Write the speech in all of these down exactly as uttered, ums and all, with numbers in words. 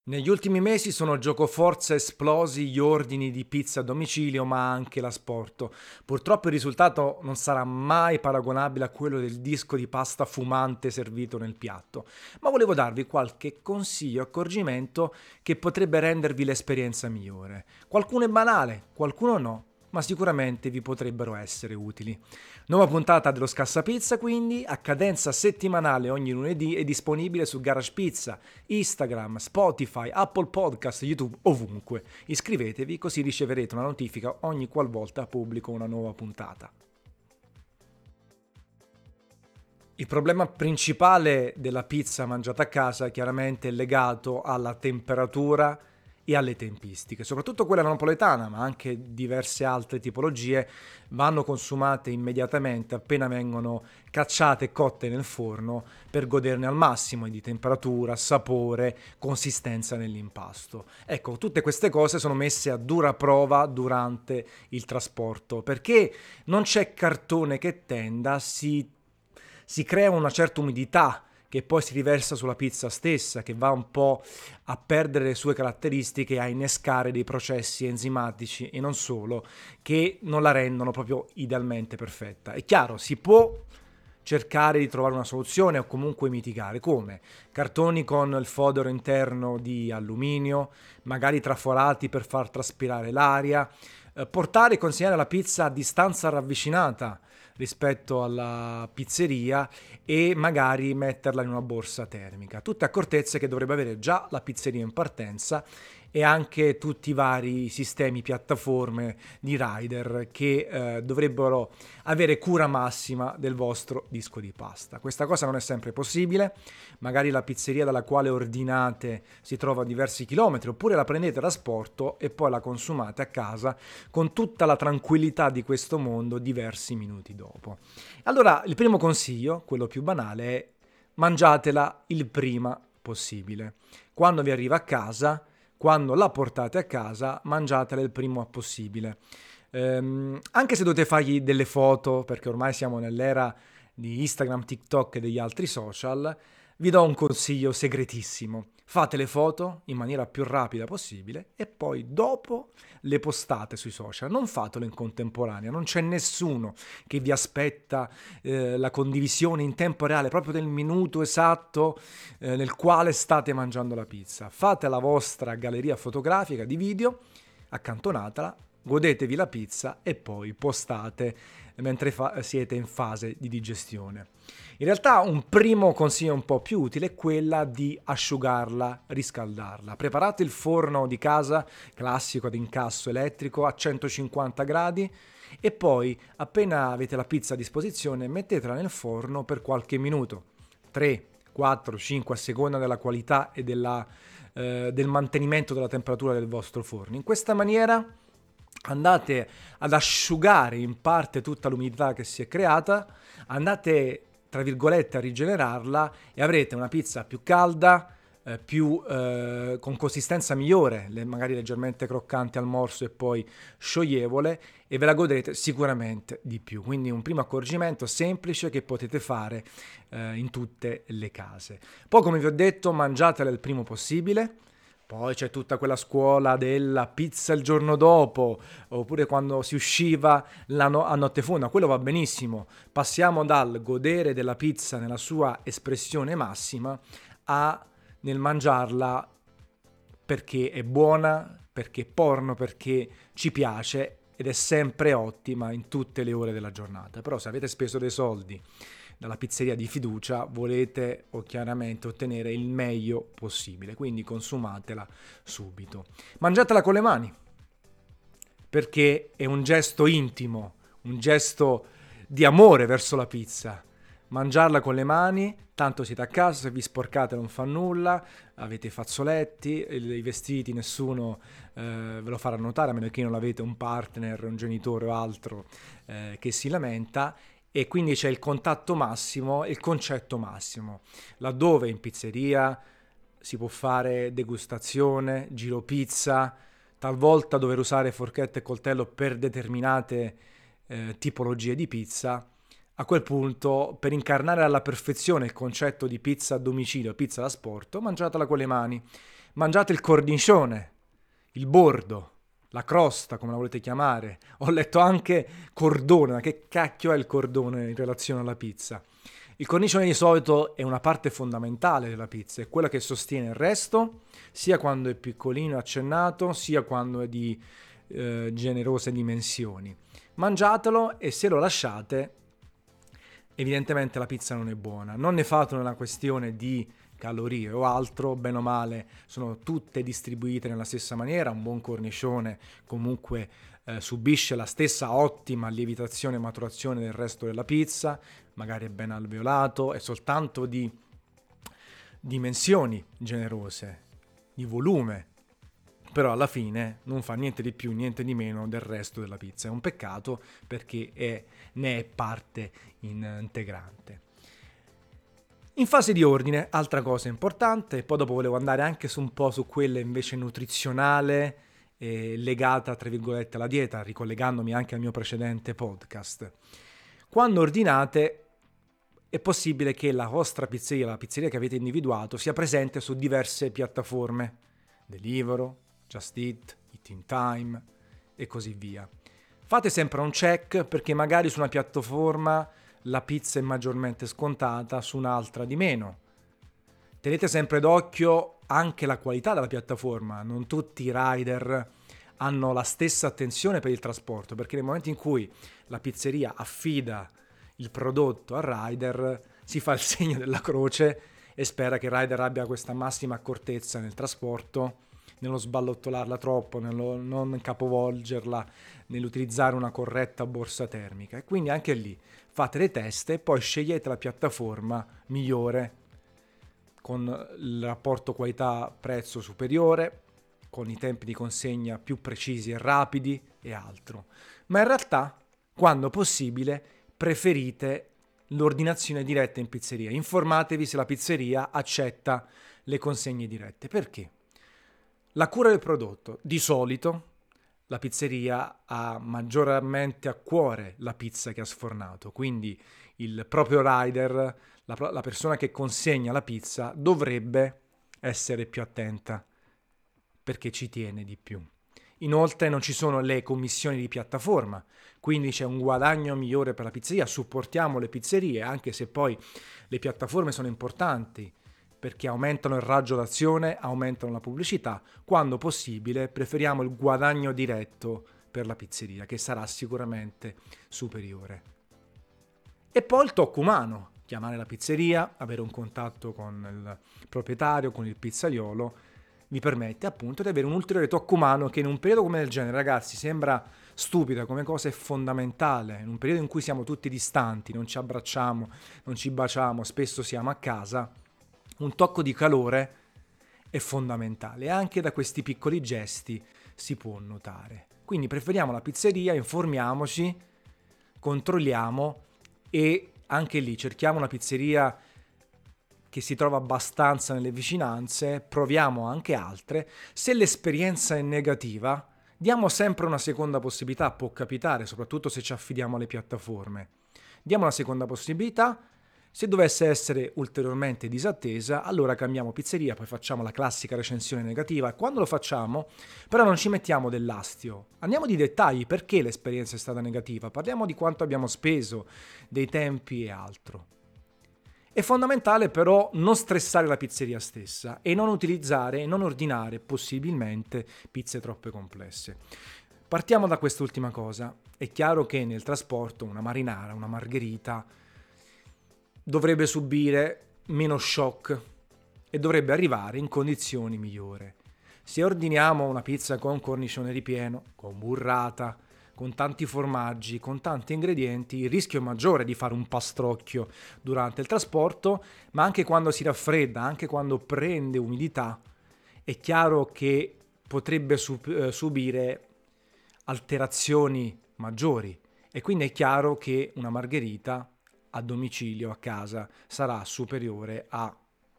Negli ultimi mesi sono giocoforza esplosi gli ordini di pizza a domicilio, ma anche l'asporto. Purtroppo il risultato non sarà mai paragonabile a quello del disco di pasta fumante servito nel piatto, ma volevo darvi qualche consiglio, accorgimento che potrebbe rendervi l'esperienza migliore. Qualcuno è banale, qualcuno no, ma sicuramente vi potrebbero essere utili. Nuova puntata dello Scassapizza, quindi, a cadenza settimanale ogni lunedì, è disponibile su Garage Pizza, Instagram, Spotify, Apple Podcast, YouTube, ovunque. Iscrivetevi così riceverete una notifica ogni qualvolta pubblico una nuova puntata. Il problema principale della pizza mangiata a casa chiaramente è legato alla temperatura e alle tempistiche, soprattutto quella napoletana, ma anche diverse altre tipologie vanno consumate immediatamente appena vengono cacciate e cotte nel forno per goderne al massimo di temperatura, sapore, consistenza nell'impasto. Ecco, tutte queste cose sono messe a dura prova durante il trasporto, perché non c'è cartone che tenda, si si crea una certa umidità che poi si riversa sulla pizza stessa, che va un po' a perdere le sue caratteristiche e a innescare dei processi enzimatici e non solo, che non la rendono proprio idealmente perfetta. È chiaro, si può cercare di trovare una soluzione o comunque mitigare. Come? Cartoni con il fodero interno di alluminio, magari traforati per far traspirare l'aria, eh, portare e consegnare la pizza a distanza ravvicinata rispetto alla pizzeria e magari metterla in una borsa termica. Tutte accortezze che dovrebbe avere già la pizzeria in partenza e anche tutti i vari sistemi, piattaforme di rider che eh, dovrebbero avere cura massima del vostro disco di pasta. Questa cosa non è sempre possibile, magari la pizzeria dalla quale ordinate si trova a diversi chilometri, oppure la prendete da asporto e poi la consumate a casa con tutta la tranquillità di questo mondo diversi minuti dopo. Allora, il primo consiglio, quello più banale, è mangiatela il prima possibile. Quando vi arriva a casa, quando la portate a casa, mangiatela il prima possibile. Ehm, anche se dovete fargli delle foto, perché ormai siamo nell'era di Instagram, TikTok e degli altri social, vi do un consiglio segretissimo. Fate le foto in maniera più rapida possibile e poi dopo le postate sui social. Non fatelo in contemporanea, non c'è nessuno che vi aspetta eh, la condivisione in tempo reale, proprio nel minuto esatto eh, nel quale state mangiando la pizza. Fate la vostra galleria fotografica di video, accantonatela, godetevi la pizza e poi postate mentre fa- siete in fase di digestione. In realtà un primo consiglio un po' più utile è quella di asciugarla, riscaldarla. Preparate il forno di casa, classico ad incasso elettrico, a centocinquanta gradi e poi appena avete la pizza a disposizione mettetela nel forno per qualche minuto, tre, quattro, cinque a seconda della qualità e della, eh, del mantenimento della temperatura del vostro forno. In questa maniera andate ad asciugare in parte tutta l'umidità che si è creata, andate tra virgolette a rigenerarla e avrete una pizza più calda, eh, più eh, con consistenza migliore, le- magari leggermente croccante al morso e poi scioglievole e ve la godrete sicuramente di più. Quindi un primo accorgimento semplice che potete fare eh, in tutte le case. Poi come vi ho detto mangiatela il primo possibile. Poi c'è tutta quella scuola della pizza il giorno dopo, oppure quando si usciva la no- a notte fonda, quello va benissimo. Passiamo dal godere della pizza nella sua espressione massima a nel mangiarla perché è buona, perché è porno, perché ci piace ed è sempre ottima in tutte le ore della giornata. Però se avete speso dei soldi dalla pizzeria di fiducia volete o chiaramente ottenere il meglio possibile, quindi consumatela subito. Mangiatela con le mani, perché è un gesto intimo, un gesto di amore verso la pizza. Mangiarla con le mani, tanto siete a casa, se vi sporcate non fa nulla, avete i fazzoletti, i vestiti, nessuno eh, ve lo farà notare, a meno che non avete un partner, un genitore o altro eh, che si lamenta, e quindi c'è il contatto massimo, il concetto massimo, laddove in pizzeria si può fare degustazione, giro pizza, talvolta dover usare forchetta e coltello per determinate eh, tipologie di pizza. A quel punto, per incarnare alla perfezione il concetto di pizza a domicilio, pizza da sport, mangiatela con le mani. Mangiate il cornicione, il bordo, la crosta, come la volete chiamare. Ho letto anche cordone, ma che cacchio è il cordone in relazione alla pizza? Il cornicione di solito è una parte fondamentale della pizza, è quella che sostiene il resto, sia quando è piccolino e accennato, sia quando è di eh, generose dimensioni. Mangiatelo e se lo lasciate, evidentemente la pizza non è buona. Non ne fate una questione di calorie o altro, bene o male sono tutte distribuite nella stessa maniera. Un buon cornicione comunque eh, subisce la stessa ottima lievitazione e maturazione del resto della pizza, magari è ben alveolato, è soltanto di dimensioni generose, di volume, però alla fine non fa niente di più, niente di meno del resto della pizza. È un peccato perché è, ne è parte integrante. In fase di ordine, altra cosa importante, poi dopo volevo andare anche su un po' su quella invece nutrizionale, eh, legata tra virgolette alla dieta, ricollegandomi anche al mio precedente podcast. Quando ordinate è possibile che la vostra pizzeria, la pizzeria che avete individuato, sia presente su diverse piattaforme, Deliveroo, Just Eat, Eating Time e così via. Fate sempre un check perché magari su una piattaforma la pizza è maggiormente scontata, su un'altra di meno. Tenete sempre d'occhio anche la qualità della piattaforma, non tutti i rider hanno la stessa attenzione per il trasporto, perché nel momento in cui la pizzeria affida il prodotto al rider si fa il segno della croce e spera che il rider abbia questa massima accortezza nel trasporto, nello sballottolarla troppo, nello non capovolgerla, nell'utilizzare una corretta borsa termica. E quindi anche lì fate le teste e poi scegliete la piattaforma migliore, con il rapporto qualità-prezzo superiore, con i tempi di consegna più precisi e rapidi e altro. Ma in realtà, quando possibile, preferite l'ordinazione diretta in pizzeria. Informatevi se la pizzeria accetta le consegne dirette. Perché? La cura del prodotto. Di solito la pizzeria ha maggiormente a cuore la pizza che ha sfornato, quindi il proprio rider, la, la persona che consegna la pizza, dovrebbe essere più attenta perché ci tiene di più. Inoltre non ci sono le commissioni di piattaforma, quindi c'è un guadagno migliore per la pizzeria. Supportiamo le pizzerie, anche se poi le piattaforme sono importanti perché aumentano il raggio d'azione, aumentano la pubblicità. Quando possibile preferiamo il guadagno diretto per la pizzeria, che sarà sicuramente superiore. E poi il tocco umano, chiamare la pizzeria, avere un contatto con il proprietario, con il pizzaiolo, vi permette appunto di avere un ulteriore tocco umano che in un periodo come del genere, ragazzi, sembra stupida come cosa, è fondamentale. In un periodo in cui siamo tutti distanti, non ci abbracciamo, non ci baciamo, spesso siamo a casa, un tocco di calore è fondamentale e anche da questi piccoli gesti si può notare. Quindi preferiamo la pizzeria, informiamoci, controlliamo e anche lì cerchiamo una pizzeria che si trova abbastanza nelle vicinanze, proviamo anche altre. Se l'esperienza è negativa, diamo sempre una seconda possibilità, può capitare, soprattutto se ci affidiamo alle piattaforme. Diamo una seconda possibilità, se dovesse essere ulteriormente disattesa, allora cambiamo pizzeria, poi facciamo la classica recensione negativa e quando lo facciamo, però non ci mettiamo dell'astio. Andiamo di dettagli, perché l'esperienza è stata negativa, parliamo di quanto abbiamo speso, dei tempi e altro. È fondamentale però non stressare la pizzeria stessa e non utilizzare e non ordinare possibilmente pizze troppo complesse. Partiamo da quest'ultima cosa. È chiaro che nel trasporto una marinara, una margherita dovrebbe subire meno shock e dovrebbe arrivare in condizioni migliori. Se ordiniamo una pizza con cornicione ripieno, con burrata, con tanti formaggi, con tanti ingredienti, il rischio è maggiore di fare un pastrocchio durante il trasporto, ma anche quando si raffredda, anche quando prende umidità, è chiaro che potrebbe sub- subire alterazioni maggiori e quindi è chiaro che una margherita a domicilio, a casa, sarà superiore a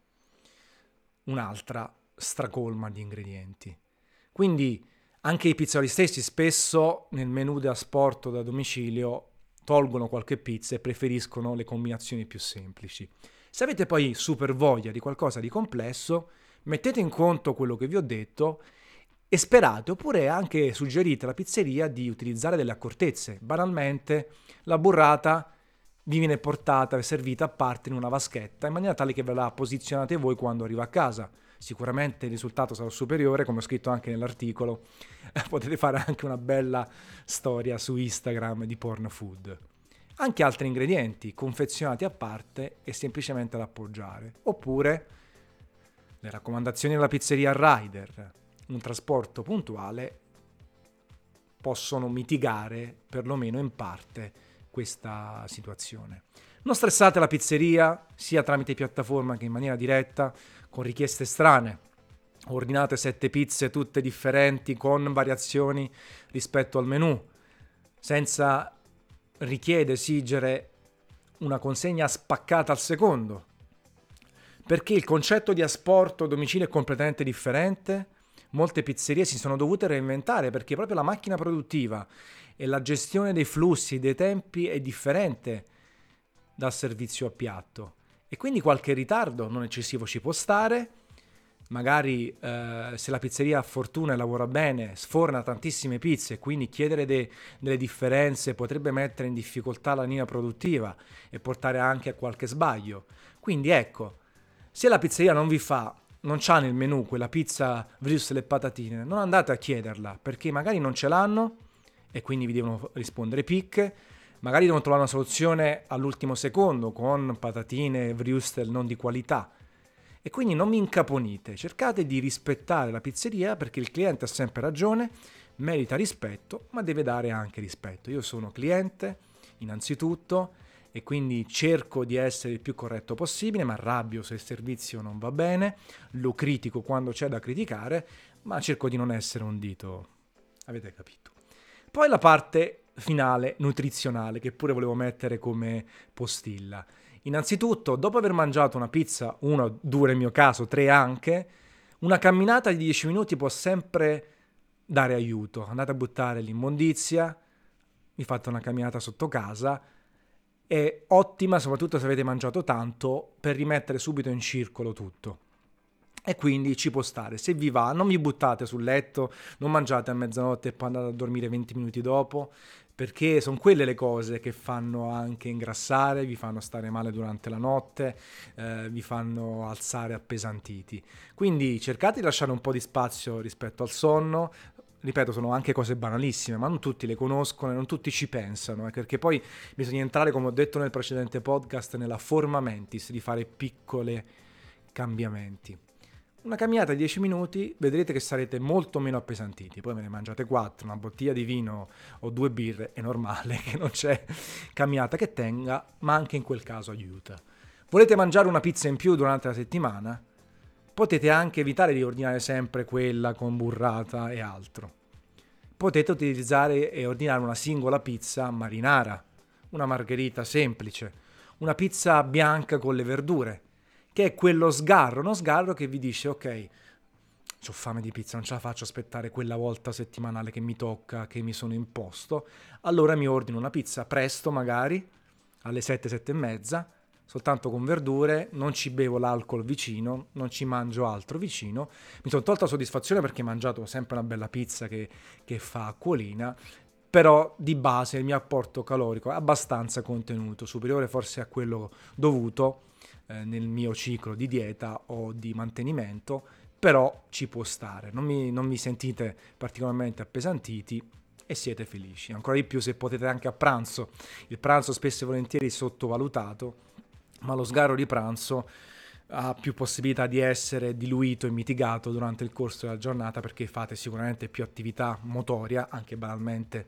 un'altra stracolma di ingredienti. Quindi anche i pizzaioli stessi spesso nel menù da asporto da domicilio tolgono qualche pizza e preferiscono le combinazioni più semplici. Se avete poi super voglia di qualcosa di complesso, Mettete in conto quello che vi ho detto e sperate, oppure anche suggerite alla pizzeria di utilizzare delle accortezze. Banalmente, la burrata vi viene portata e servita a parte in una vaschetta, in maniera tale che ve la posizionate voi quando arriva a casa. Sicuramente il risultato sarà superiore, come ho scritto anche nell'articolo. Potete fare anche una bella storia su Instagram di porn food. Anche altri ingredienti confezionati a parte e semplicemente da appoggiare. Oppure le raccomandazioni della pizzeria Rider, un trasporto puntuale, possono mitigare perlomeno in parte questa situazione. Non stressate la pizzeria sia tramite piattaforma che in maniera diretta con richieste strane. Ordinate sette pizze tutte differenti con variazioni rispetto al menù, senza richiede esigere una consegna spaccata al secondo, perché il concetto di asporto a domicilio è completamente differente. Molte pizzerie si sono dovute reinventare perché proprio la macchina produttiva e la gestione dei flussi, dei tempi è differente dal servizio a piatto, e quindi qualche ritardo non eccessivo ci può stare. Magari eh, se la pizzeria ha fortuna e lavora bene, sforna tantissime pizze, quindi chiedere de- delle differenze potrebbe mettere in difficoltà la linea produttiva e portare anche a qualche sbaglio. Quindi ecco, se la pizzeria non vi fa, non c'ha nel menù quella pizza vrüstel e patatine, non andate a chiederla, perché magari non ce l'hanno e quindi vi devono rispondere picche. Magari devono trovare una soluzione all'ultimo secondo con patatine e vrüstel non di qualità. E quindi non vi incaponite, cercate di rispettare la pizzeria, perché il cliente ha sempre ragione, merita rispetto, ma deve dare anche rispetto. Io sono cliente, innanzitutto, e quindi cerco di essere il più corretto possibile, ma arrabbio se il servizio non va bene, lo critico quando c'è da criticare, ma cerco di non essere un dito. Avete capito? Poi la parte finale, nutrizionale, che pure volevo mettere come postilla. Innanzitutto, dopo aver mangiato una pizza, una, due nel mio caso, tre anche, una camminata di dieci minuti può sempre dare aiuto. Andate a buttare l'immondizia, vi fate una camminata sotto casa, è ottima soprattutto se avete mangiato tanto, per rimettere subito in circolo tutto. E quindi ci può stare. Se vi va, non vi buttate sul letto, non mangiate a mezzanotte e poi andate a dormire venti minuti dopo, perché sono quelle le cose che fanno anche ingrassare, vi fanno stare male durante la notte, eh, vi fanno alzare appesantiti. Quindi cercate di lasciare un po' di spazio rispetto al sonno. Ripeto, sono anche cose banalissime, ma non tutti le conoscono e non tutti ci pensano, eh, perché poi bisogna entrare, come ho detto nel precedente podcast, nella forma mentis, di fare piccoli cambiamenti. Una camminata di dieci minuti, vedrete che sarete molto meno appesantiti. Poi me ne mangiate quattro, una bottiglia di vino o due birre, è normale che non c'è camminata che tenga, ma anche in quel caso aiuta. Volete mangiare una pizza in più durante la settimana? Potete anche evitare di ordinare sempre quella con burrata e altro. Potete utilizzare e ordinare una singola pizza marinara, una margherita semplice, una pizza bianca con le verdure, che è quello sgarro, uno sgarro che vi dice ok, c'ho fame di pizza, non ce la faccio aspettare quella volta settimanale che mi tocca, che mi sono imposto, allora mi ordino una pizza presto magari, alle sette, sette e mezza, soltanto con verdure, non ci bevo l'alcol vicino, non ci mangio altro vicino, mi sono tolta la soddisfazione perché ho mangiato sempre una bella pizza che, che fa acquolina, però di base il mio apporto calorico è abbastanza contenuto, superiore forse a quello dovuto eh, nel mio ciclo di dieta o di mantenimento, però ci può stare, non mi, non vi sentite particolarmente appesantiti e siete felici, ancora di più se potete anche a pranzo. Il pranzo spesso e volentieri è sottovalutato, ma lo sgarro di pranzo ha più possibilità di essere diluito e mitigato durante il corso della giornata, perché fate sicuramente più attività motoria, anche banalmente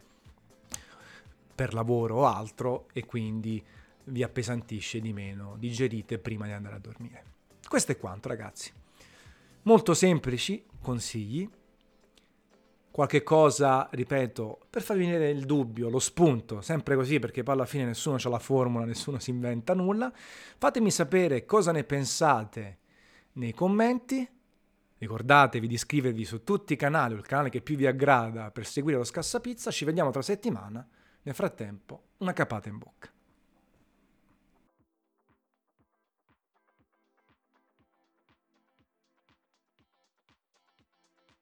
per lavoro o altro, e quindi vi appesantisce di meno, digerite prima di andare a dormire. Questo è quanto, ragazzi. Molto semplici consigli, qualche cosa, ripeto, per far venire il dubbio, lo spunto, sempre così, perché poi alla fine nessuno ha la formula, nessuno si inventa nulla. Fatemi sapere cosa ne pensate nei commenti. Ricordatevi di iscrivervi su tutti i canali, o il canale che più vi aggrada, per seguire lo Scassapizza. Ci vediamo tra settimana. Nel frattempo, una capata in bocca.